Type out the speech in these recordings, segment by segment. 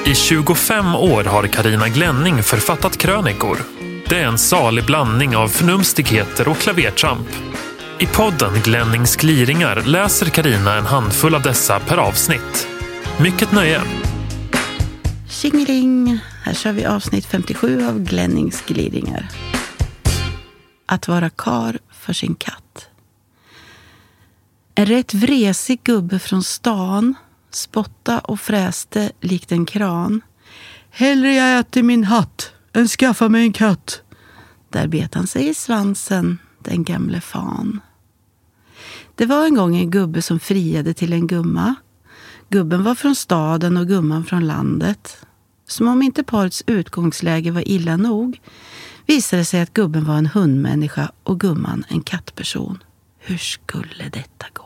I 25 år har Carina Glenning författat krönikor. Det är en salig blandning av förnumstigheter och klavertramp. I podden Glennings gliringar läser Carina en handfull av dessa per avsnitt. Mycket nöje! Tjingeling! Här kör vi avsnitt 57 av Glennings gliringar. Att vara kar för sin katt. En rätt vresig gubbe från stan spotta och fräste likt en kran. Hellre jag äter min hatt än skaffa mig en katt. Där bet han sig i svansen, den gamle fan. Det var en gång en gubbe som friade till en gumma. Gubben var från staden och gumman från landet. Som om inte parets utgångsläge var illa nog visade sig att gubben var en hundmänniska och gumman en kattperson. Hur skulle detta gå?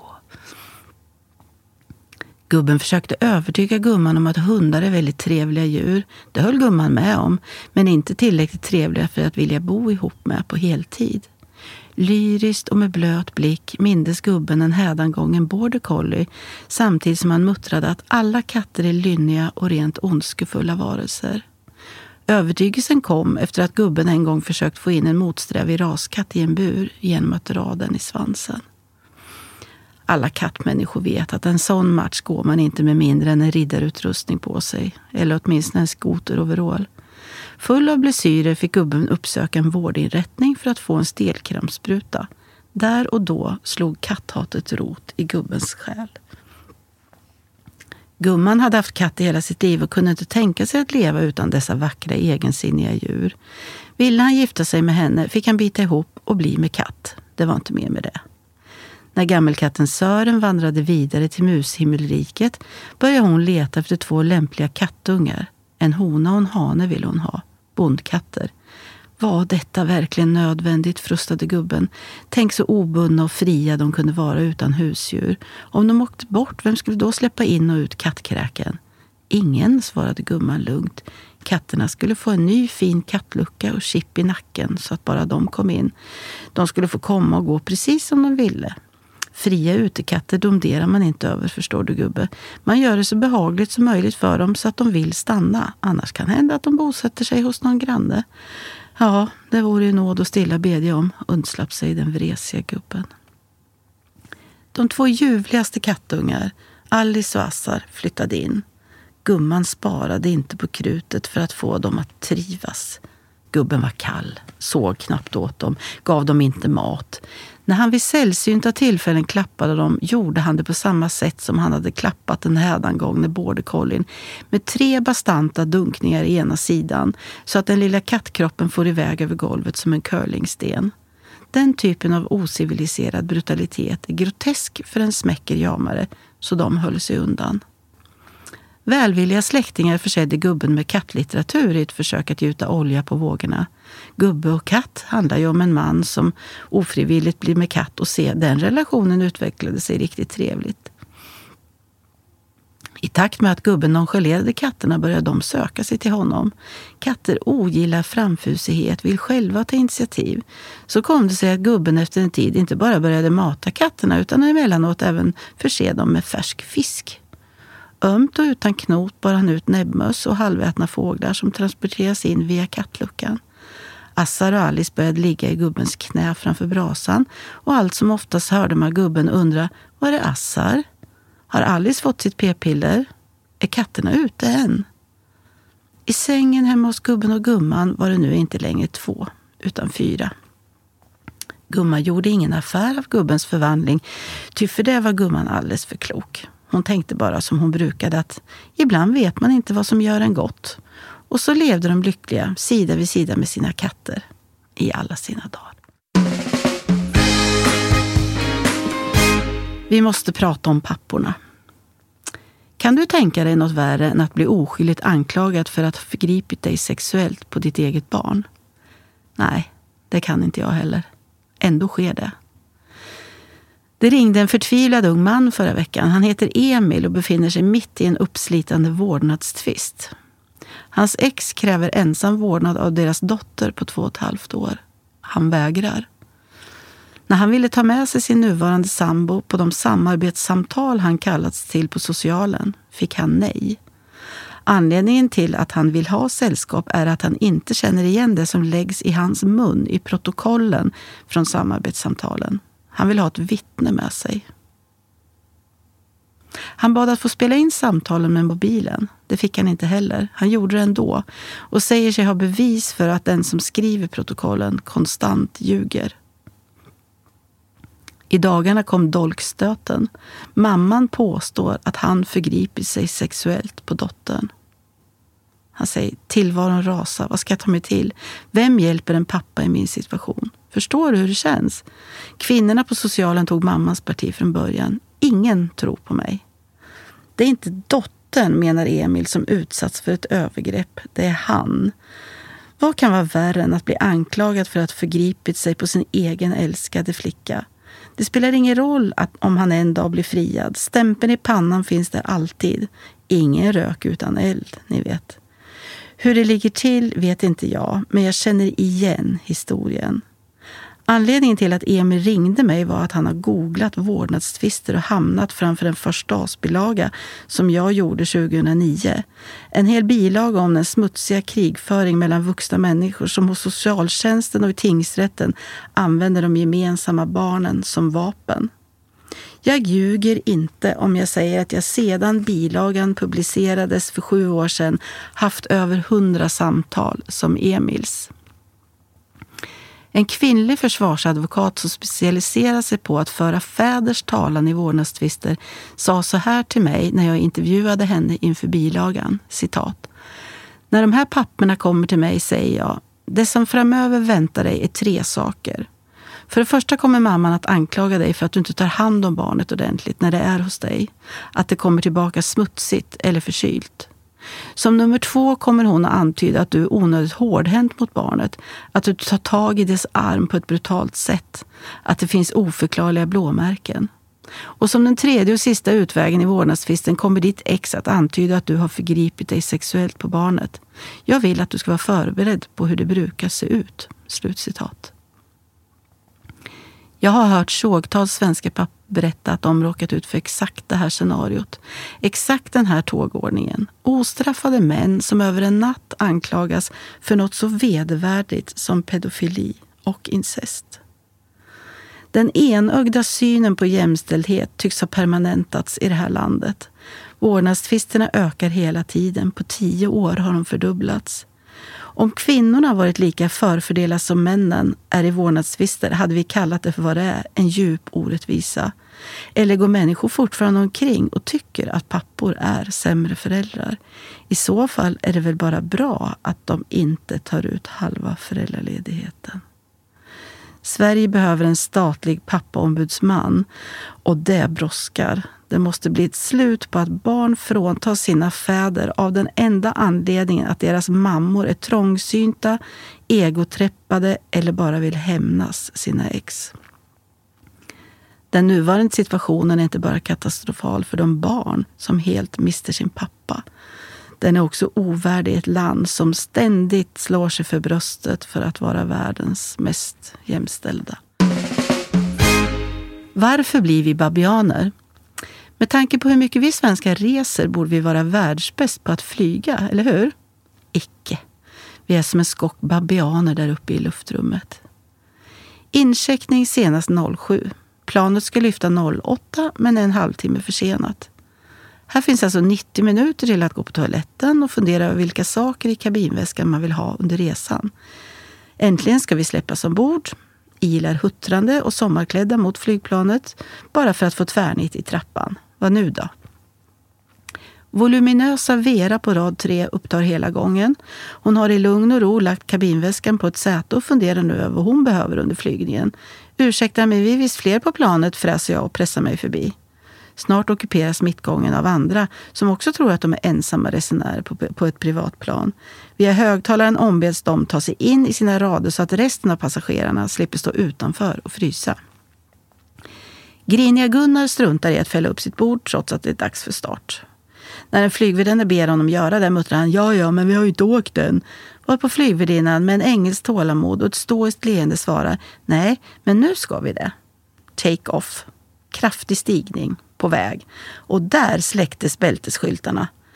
Gubben försökte övertyga gumman om att hundar är väldigt trevliga djur. Det höll gumman med om, men inte tillräckligt trevliga för att vilja bo ihop med på heltid. Lyriskt och med blöt blick mindes gubben en hädangången border collie samtidigt som han muttrade att alla katter är lynniga och rent ondskefulla varelser. Övertygelsen kom efter att gubben en gång försökt få in en motsträvig raskatt i en bur genom att dra den i svansen. Alla kattmänniskor vet att en sån match går man inte med mindre än en riddarutrustning på sig, eller åtminstone en skoteroverall. Full av blessyrer fick gubben uppsöka en vårdinrättning för att få en stelkrampsspruta. Där och då slog katthatet rot i gubbens själ. Gumman hade haft katt i hela sitt liv och kunde inte tänka sig att leva utan dessa vackra egensinniga djur. Ville han gifta sig med henne fick han bita ihop och bli med katt. Det var inte mer med det. När gammelkatten Sören vandrade vidare till mushimmelriket började hon leta efter 2 lämpliga kattungar. En hona och en hane ville hon ha. Bondkatter. Var detta verkligen nödvändigt, frustade gubben. Tänk så obundna och fria de kunde vara utan husdjur. Om de åkte bort, vem skulle då släppa in och ut kattkräken? Ingen, svarade gumman lugnt. Katterna skulle få en ny fin kattlucka och chip i nacken så att bara de kom in. De skulle få komma och gå precis som de ville. Fria utekatter domderar man inte över, förstår du gubbe. Man gör det så behagligt som möjligt för dem så att de vill stanna. Annars kan hända att de bosätter sig hos någon granne. Ja, det vore ju nåd och stilla bedja om, undslapp sig den vresiga gubben. De 2 ljuvligaste kattungar, Alice och Assar, flyttade in. Gumman sparade inte på krutet för att få dem att trivas. Gubben var kall, såg knappt åt dem, gav dem inte mat. När han vid sällsynta tillfällen klappade dem gjorde han det på samma sätt som han hade klappat den hädangångne border collien med 3 bastanta dunkningar i ena sidan så att den lilla kattkroppen får iväg över golvet som en curlingsten. Den typen av ociviliserad brutalitet är grotesk för en smäcker jamare, så de höll sig undan. Välvilliga släktingar försedde gubben med kattlitteratur i ett försök att gjuta olja på vågorna. Gubbe och katt handlar ju om en man som ofrivilligt blir med katt och se den relationen utvecklade sig riktigt trevligt. I takt med att gubben nonchalerade katterna började de söka sig till honom. Katter ogillar framfusighet, vill själva ta initiativ. Så kom det sig att gubben efter en tid inte bara började mata katterna utan emellanåt även förse dem med färsk fisk. Ömt och utan knot bar han ut näbbmöss och halvätna fåglar som transporteras in via kattluckan. Assar och Alice började ligga i gubbens knä framför brasan och allt som oftast hörde man gubben undra, var är Assar? Har Alice fått sitt p-piller? Är katterna ute än? I sängen hemma hos gubben och gumman var det nu inte längre 2 utan 4. Gumman gjorde ingen affär av gubbens förvandling, ty för det var gumman alldeles för klok. Hon tänkte bara som hon brukade att ibland vet man inte vad som gör en gott. Och så levde de lyckliga sida vid sida med sina katter i alla sina dagar. Vi måste prata om papporna. Kan du tänka dig något värre än att bli oskyldigt anklagad för att ha förgripit dig sexuellt på ditt eget barn? Nej, det kan inte jag heller. Ändå sker det. Det ringde en förtvivlad ung man förra veckan. Han heter Emil och befinner sig mitt i en uppslitande vårdnadstvist. Hans ex kräver ensam vårdnad av deras dotter på 2,5 år. Han vägrar. När han ville ta med sig sin nuvarande sambo på de samarbetssamtal han kallats till på socialen fick han nej. Anledningen till att han vill ha sällskap är att han inte känner igen det som läggs i hans mun i protokollen från samarbetssamtalen. Han vill ha ett vittne med sig. Han bad att få spela in samtalen med mobilen. Det fick han inte heller. Han gjorde det ändå och säger sig ha bevis för att den som skriver protokollen konstant ljuger. I dagarna kom dolkstöten. Mamman påstår att han förgripit sig sexuellt på dottern. Han säger, tillvaron rasar, vad ska jag ta mig till? Vem hjälper en pappa i min situation? Förstår du hur det känns? Kvinnorna på socialen tog mammans parti från början. Ingen tror på mig. Det är inte dottern, menar Emil, som utsatts för ett övergrepp. Det är han. Vad kan vara värre än att bli anklagad för att förgripit sig på sin egen älskade flicka? Det spelar ingen roll om han en dag blir friad. Stämpeln i pannan finns där alltid. Ingen rök utan eld, ni vet. Hur det ligger till vet inte jag, men jag känner igen historien. Anledningen till att Emil ringde mig var att han har googlat vårdnadstvister och hamnat framför en förstadsbilaga som jag gjorde 2009. En hel bilaga om den smutsiga krigföring mellan vuxna människor som hos socialtjänsten och i tingsrätten använder de gemensamma barnen som vapen. Jag ljuger inte om jag säger att jag sedan bilagan publicerades för 7 år sedan haft över 100 samtal som Emils. En kvinnlig försvarsadvokat som specialiserar sig på att föra fäders talan i vårdnadstvister sa så här till mig när jag intervjuade henne inför bilagan, citat. När de här papperna kommer till mig säger jag, det som framöver väntar dig är 3 saker. För det första kommer mamman att anklaga dig för att du inte tar hand om barnet ordentligt när det är hos dig. Att det kommer tillbaka smutsigt eller förkylt. Som nummer 2 kommer hon att antyda att du är onödigt hårdhänt mot barnet. Att du tar tag i dess arm på ett brutalt sätt. Att det finns oförklarliga blåmärken. Och som den 3:e och sista utvägen i vårdnadstvisten kommer ditt ex att antyda att du har förgripit dig sexuellt på barnet. Jag vill att du ska vara förberedd på hur det brukar se ut. Slutcitat. Jag har hört tjogtals svenska pappor berätta att de råkat ut för exakt det här scenariot. Exakt den här tågordningen. Ostraffade män som över en natt anklagas för något så vedervärdigt som pedofili och incest. Den enögda synen på jämställdhet tycks ha permanentats i det här landet. Vårdnadstvisterna ökar hela tiden. På 10 år har de fördubblats. Om kvinnorna varit lika förfördelade som männen är i vårdnadstvister hade vi kallat det för vad det är, en djup orättvisa. Eller går människor fortfarande omkring och tycker att pappor är sämre föräldrar? I så fall är det väl bara bra att de inte tar ut halva föräldraledigheten. Sverige behöver en statlig pappaombudsman och det brådskar. Det måste bli ett slut på att barn fråntar sina fäder av den enda anledningen att deras mammor är trångsynta, egoträppade eller bara vill hämnas sina ex. Den nuvarande situationen är inte bara katastrofal för de barn som helt mister sin pappa. Den är också ovärdig ett land som ständigt slår sig för bröstet för att vara världens mest jämställda. Varför blir vi babianer? Med tanke på hur mycket vi svenskar reser borde vi vara världsbäst på att flyga, eller hur? Icke. Vi är som en skock babianer där uppe i luftrummet. Incheckning senast 07. Planet ska lyfta 08 men är en halvtimme försenat. Här finns alltså 90 minuter till att gå på toaletten och fundera över vilka saker i kabinväskan man vill ha under resan. Äntligen ska vi släppas ombord. Ilar huttrande och sommarklädda mot flygplanet bara för att få tvärnit i trappan. Vad nu då? Voluminösa Vera på rad 3 upptar hela gången. Hon har i lugn och ro lagt kabinväskan på ett säte och funderar nu över vad hon behöver under flygningen. Ursäkta mig, vi är visst fler på planet, fräser jag och pressar mig förbi. Snart ockuperas mittgången av andra som också tror att de är ensamma resenärer på ett privatplan. Via högtalaren ombeds de ta sig in i sina rader så att resten av passagerarna slipper stå utanför och frysa. Griniga Gunnar struntar i att fälla upp sitt bord trots att det är dags för start. När en flygvärdinna ber honom göra det muttrar han, ja, men vi har ju inte åkt den. Varpå flygvärdinnan med en engelsk tålamod och ett stoiskt leende svarar, nej, men nu ska vi det. Take off. Kraftig stigning på väg. Och där släcktes bältesskyltarna.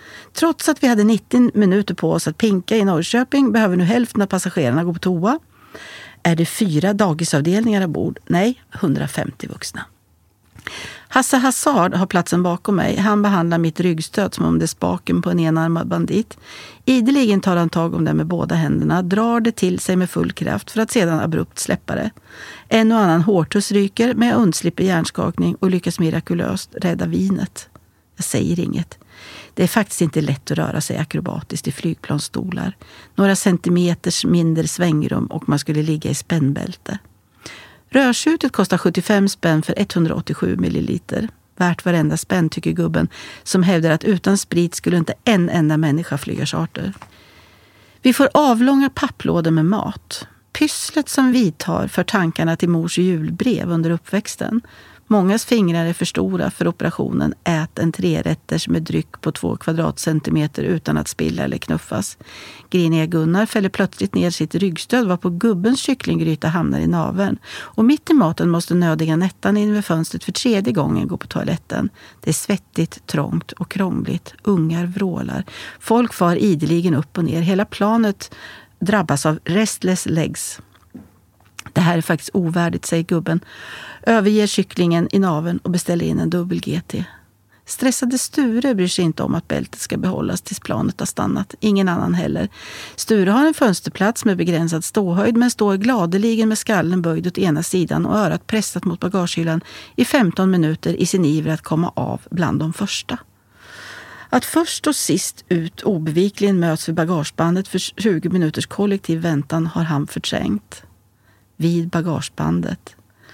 Trots att vi hade 90 minuter på oss att pinka i Norrköping behöver nu hälften av passagerarna gå på toa. Är det 4 dagisavdelningar ombord? Nej, 150 vuxna. Hasse Hazard har platsen bakom mig. Han behandlar mitt ryggstöd som om det är spaken på en enarmad bandit. Ideligen tar han tag om det med båda händerna, drar det till sig med full kraft för att sedan abrupt släppa det. En och annan hårtuss ryker, men jag undslipper hjärnskakning och lyckas mirakulöst rädda vinet. Jag säger inget. Det är faktiskt inte lätt att röra sig akrobatiskt i flygplansstolar. Några centimeters mindre svängrum och man skulle ligga i spännbälte. Rörskjutet kostar 75 spänn för 187 milliliter. Värt varenda spänn, tycker gubben, som hävdar att utan sprit skulle inte en enda människa flyga charter. Vi får avlånga papplådor med mat. Pysslet som vi tar för tankarna till mors julbrev under uppväxten. Mångas fingrar är för stora för operationen ät en 3-rätters med dryck på 2 kvadratcentimeter utan att spilla eller knuffas. Griniga Gunnar fäller plötsligt ner sitt ryggstöd var på gubbens kycklinggryta hamnar i naveln. Och mitt i maten måste nödiga Nettan in vid fönstret för 3:e gången gå på toaletten. Det är svettigt, trångt och krångligt. Ungar vrålar. Folk far ideligen upp och ner. Hela planet drabbas av restless legs. Det här är faktiskt ovärdigt, säger gubben. Överger kycklingen i naveln och beställer in en dubbel GT. Stressade Sture bryr sig inte om att bältet ska behållas tills planet har stannat. Ingen annan heller. Sture har en fönsterplats med begränsad ståhöjd men står gladeligen med skallen böjd åt ena sidan och örat pressat mot bagagehyllan i 15 minuter i sin iver att komma av bland de första. Att först och sist ut obevikligen möts vid bagagebandet för 20 minuters kollektiv väntan har han förträngt. Vid bagagebandet.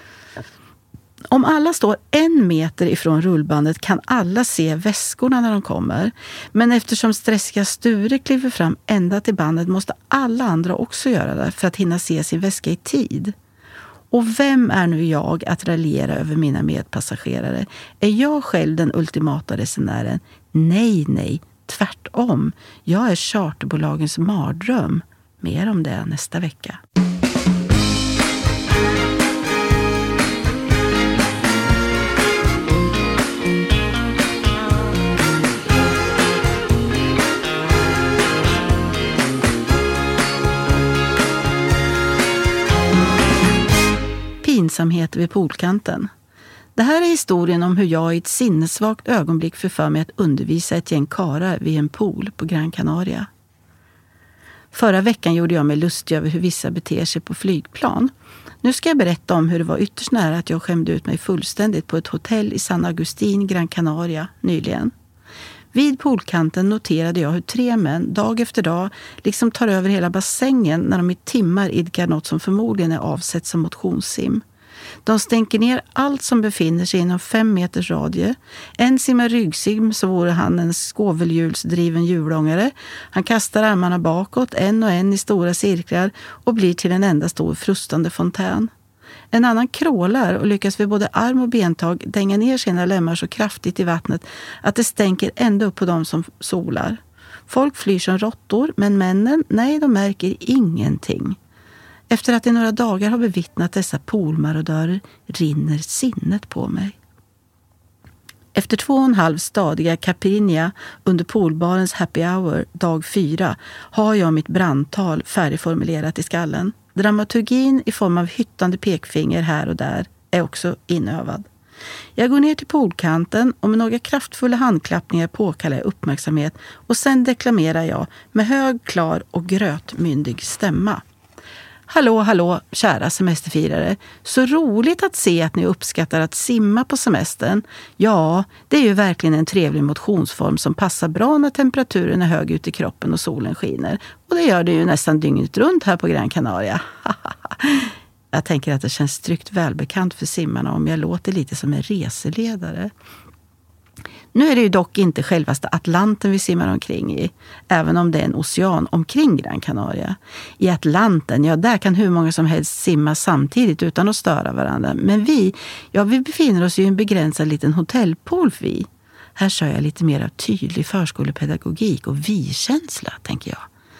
Om alla står 1 meter ifrån rullbandet kan alla se väskorna när de kommer. Men eftersom stressiga Sture kliver fram ända till bandet måste alla andra också göra det för att hinna se sin väska i tid. Och vem är nu jag att raljera över mina medpassagerare? Är jag själv den ultimata resenären? Nej, tvärtom. Jag är charterbolagens mardröm. Mer om det nästa vecka. Pinsamhet vid poolkanten. Det här är historien om hur jag i ett sinnessvagt ögonblick för mig att undervisa ett gäng karar vid en pool på Gran Canaria. Förra veckan gjorde jag mig lustig över hur vissa beter sig på flygplan. Nu ska jag berätta om hur det var ytterst nära att jag skämde ut mig fullständigt på ett hotell i San Agustin, Gran Canaria, nyligen. Vid poolkanten noterade jag hur 3 män dag efter dag liksom tar över hela bassängen när de i timmar idkar något som förmodligen är avsett som motionssim. De stänker ner allt som befinner sig inom 5 meters radie. En simmar ryggsim så vore han en skåvelhjulsdriven hjulångare. Han kastar armarna bakåt, en och en i stora cirklar och blir till en enda stor frustande fontän. En annan krålar och lyckas vid både arm- och bentag dänga ner sina lemmar så kraftigt i vattnet att det stänker ända upp på dem som solar. Folk flyr som råttor, men männen, nej, de märker ingenting. Efter att i några dagar har bevittnat dessa poolmarodörer rinner sinnet på mig. Efter 2,5 stadiga caipirinha under poolbarens happy hour dag 4 har jag mitt brandtal färdigformulerat i skallen. Dramaturgin i form av hyttande pekfinger här och där är också inövad. Jag går ner till poolkanten och med några kraftfulla handklappningar påkallar jag uppmärksamhet och sen deklamerar jag med hög, klar och grötmyndig stämma. Hallå, kära semesterfirare. Så roligt att se att ni uppskattar att simma på semestern. Ja, det är ju verkligen en trevlig motionsform som passar bra när temperaturen är hög ute i kroppen och solen skiner. Och det gör det ju nästan dygnet runt här på Gran Canaria. Jag tänker att det känns tryggt välbekant för simmarna om jag låter lite som en reseledare. Nu är det ju dock inte självaste Atlanten vi simmar omkring i, även om det är en ocean omkring Gran Canaria. I Atlanten, ja, där kan hur många som helst simma samtidigt utan att störa varandra. Men vi befinner oss ju i en begränsad liten hotellpool vi. Här kör jag lite mer av tydlig förskolepedagogik och vi-känsla, tänker jag.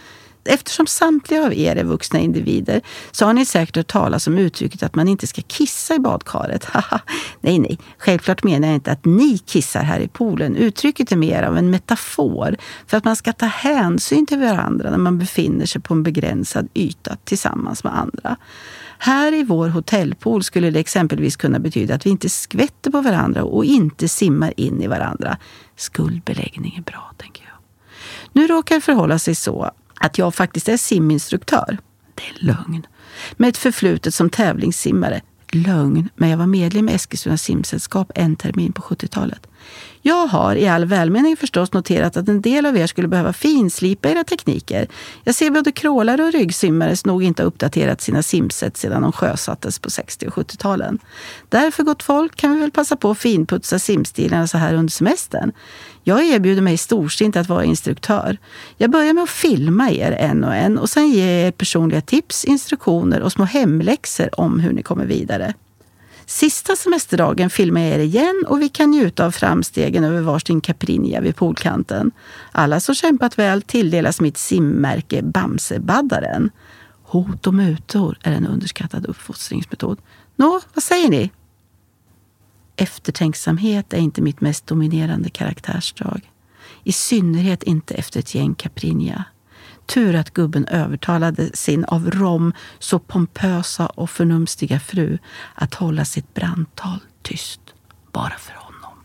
Eftersom samtliga av er är vuxna individer så har ni säkert hört talas om uttrycket att man inte ska kissa i badkaret. Nej, självklart menar jag inte att ni kissar här i poolen. Uttrycket är mer av en metafor för att man ska ta hänsyn till varandra när man befinner sig på en begränsad yta tillsammans med andra. Här i vår hotellpool skulle det exempelvis kunna betyda att vi inte skvätter på varandra och inte simmar in i varandra. Skuldbeläggning är bra, tänker jag. Nu råkar det förhålla sig så att jag faktiskt är siminstruktör. Det är lögn. Med ett förflutet som tävlingssimmare. Lögn, men jag var medlem i Eskilstuna simsällskap en termin på 70-talet. Jag har i all välmening förstås noterat att en del av er skulle behöva finslipa era tekniker. Jag ser både crawlare och ryggsimmare som nog inte har uppdaterat sina simsätt sedan de sjösattes på 60- och 70-talen. Därför, gott folk, kan vi väl passa på att finputsa simstilarna så här under semestern. Jag erbjuder mig storsint att vara instruktör. Jag börjar med att filma er en och sen ge er personliga tips, instruktioner och små hemläxor om hur ni kommer vidare. Sista semesterdagen filmar jag er igen och vi kan njuta av framstegen över varsin Caprinja vid poolkanten. Alla som kämpat väl tilldelas mitt simmärke Bamsebaddaren. Hot och mutor är en underskattad uppfostringsmetod. Nå, vad säger ni? Eftertänksamhet är inte mitt mest dominerande karaktärsdrag. I synnerhet inte efter ett gäng Caprinja. Tur att gubben övertalade sin av rom så pompösa och förnumstiga fru att hålla sitt brandtal tyst, bara för honom.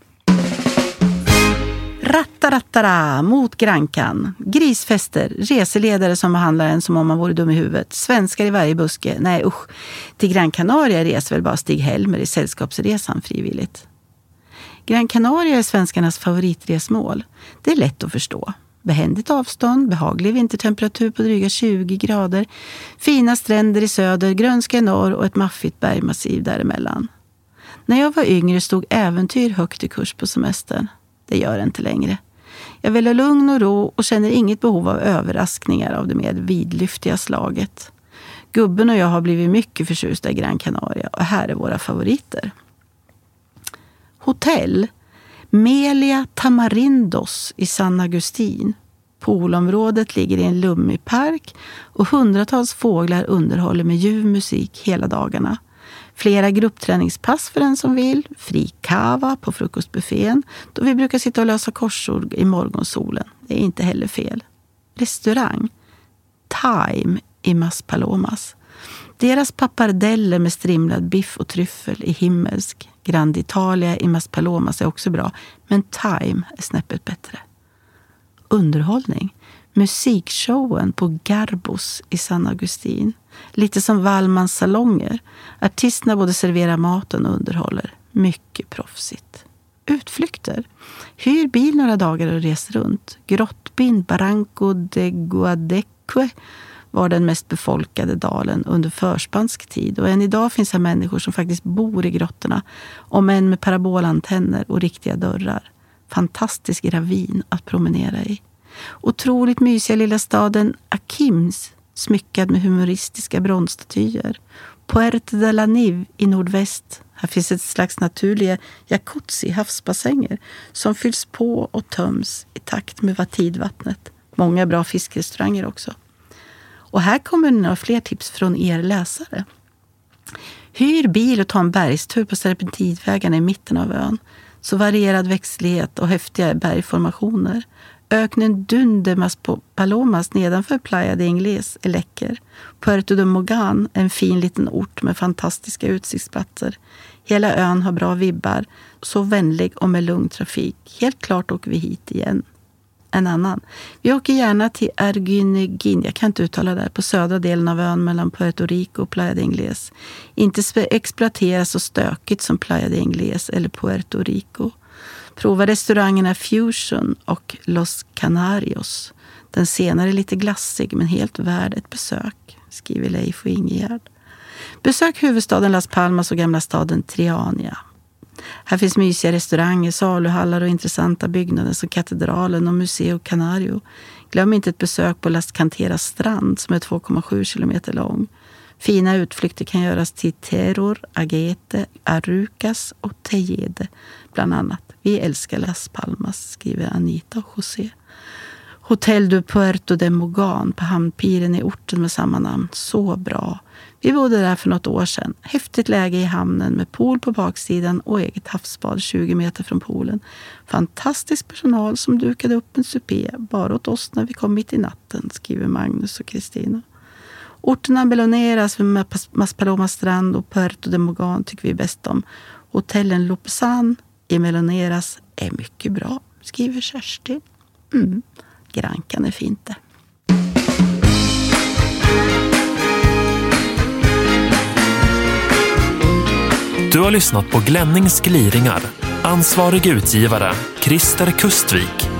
Rattarattara mot Grankan. Grisfester, reseledare som behandlar en som om man vore dum i huvudet. Svenskar i varje buske. Nej usch, till Gran Canaria reser väl bara Stig Helmer i sällskapsresan frivilligt. Gran Canaria är svenskarnas favoritresmål. Det är lätt att förstå. Behändigt avstånd, behaglig vintertemperatur på dryga 20 grader, fina stränder i söder, grönska i norr och ett maffigt bergmassiv däremellan. När jag var yngre stod äventyr högt i kurs på semestern. Det gör det inte längre. Jag vill ha lugn och ro och känner inget behov av överraskningar av det mer vidlyftiga slaget. Gubben och jag har blivit mycket förtjusta i Gran Canaria och här är våra favoriter. Hotell Melia Tamarindos i San Agustin. Poolområdet ligger i en lummig park och hundratals fåglar underhåller med ljuv musik hela dagarna. Flera gruppträningspass för den som vill. Fri kava på frukostbuffén då vi brukar sitta och lösa korsord i morgonsolen. Det är inte heller fel. Restaurang Time i Maspalomas. Deras pappardeller med strimlad biff och tryffel är himmelsk. Grand Italia i Maspalomas är också bra, men Time är snäppet bättre. Underhållning. Musikshowen på Garbos i San Agustin. Lite som Wallmans salonger. Artisterna både serverar maten och underhåller. Mycket proffsigt. Utflykter. Hyr bil några dagar och reser runt. Grottbyn Barranco de Guadeque var den mest befolkade dalen under förspansk tid. Och än idag finns här människor som faktiskt bor i grottorna. Om än med parabolantenner och riktiga dörrar. Fantastisk ravin att promenera i. Otroligt mysiga lilla staden Akims, smyckad med humoristiska bronsstatyer. Puerto de la Nive i nordväst. Här finns ett slags naturliga jacuzzi, havsbassänger, som fylls på och töms i takt med tidvattnet. Många bra fiskrestauranger också. Och här kommer några fler tips från er läsare. Hyr bil och ta en bergstur på serpentinvägarna i mitten av ön. Så varierad växtlighet och häftiga bergformationer. Öknen Dundemas på Palomas nedanför Playa de Ingles är läcker. Puerto de Mogan, en fin liten ort med fantastiska utsiktsplatser. Hela ön har bra vibbar, så vänlig och med lugn trafik. Helt klart åker vi hit igen. En annan. Vi åker gärna till Arguineguin, jag kan inte uttala det, på södra delen av ön mellan Puerto Rico och Playa de Ingles. Inte exploateras så stökigt som Playa de Ingles eller Puerto Rico. Prova restaurangerna Fusion och Los Canarios. Den senare är lite glassig men helt värd ett besök, skriver Leif och Ingegärd. Besök huvudstaden Las Palmas och gamla staden Triania. Här finns mysiga restauranger, saluhallar och intressanta byggnader som katedralen och Museo Canario. Glöm inte ett besök på Las Canteras strand som är 2,7 kilometer lång. Fina utflykter kan göras till Terror, Agete, Arucas och Tejede bland annat. Vi älskar Las Palmas, skriver Anita och José. Hotel du Puerto de Mogan på hamnpiren i orten med samma namn. Så bra. Vi bodde där för något år sedan. Häftigt läge i hamnen med pool på baksidan och eget havsbad 20 meter från poolen. Fantastisk personal som dukade upp en supé bara åt oss när vi kom mitt i natten, skriver Magnus och Kristina. Orterna Meloneras vid Maspalomas strand och Puerto de Mogan tycker vi är bäst om. Hotellen Lopsan i Meloneras är mycket bra, skriver Kerstin. Grankan är fint det. Du har lyssnat på Glennings gliringar. Ansvarig utgivare Christer Kustvik.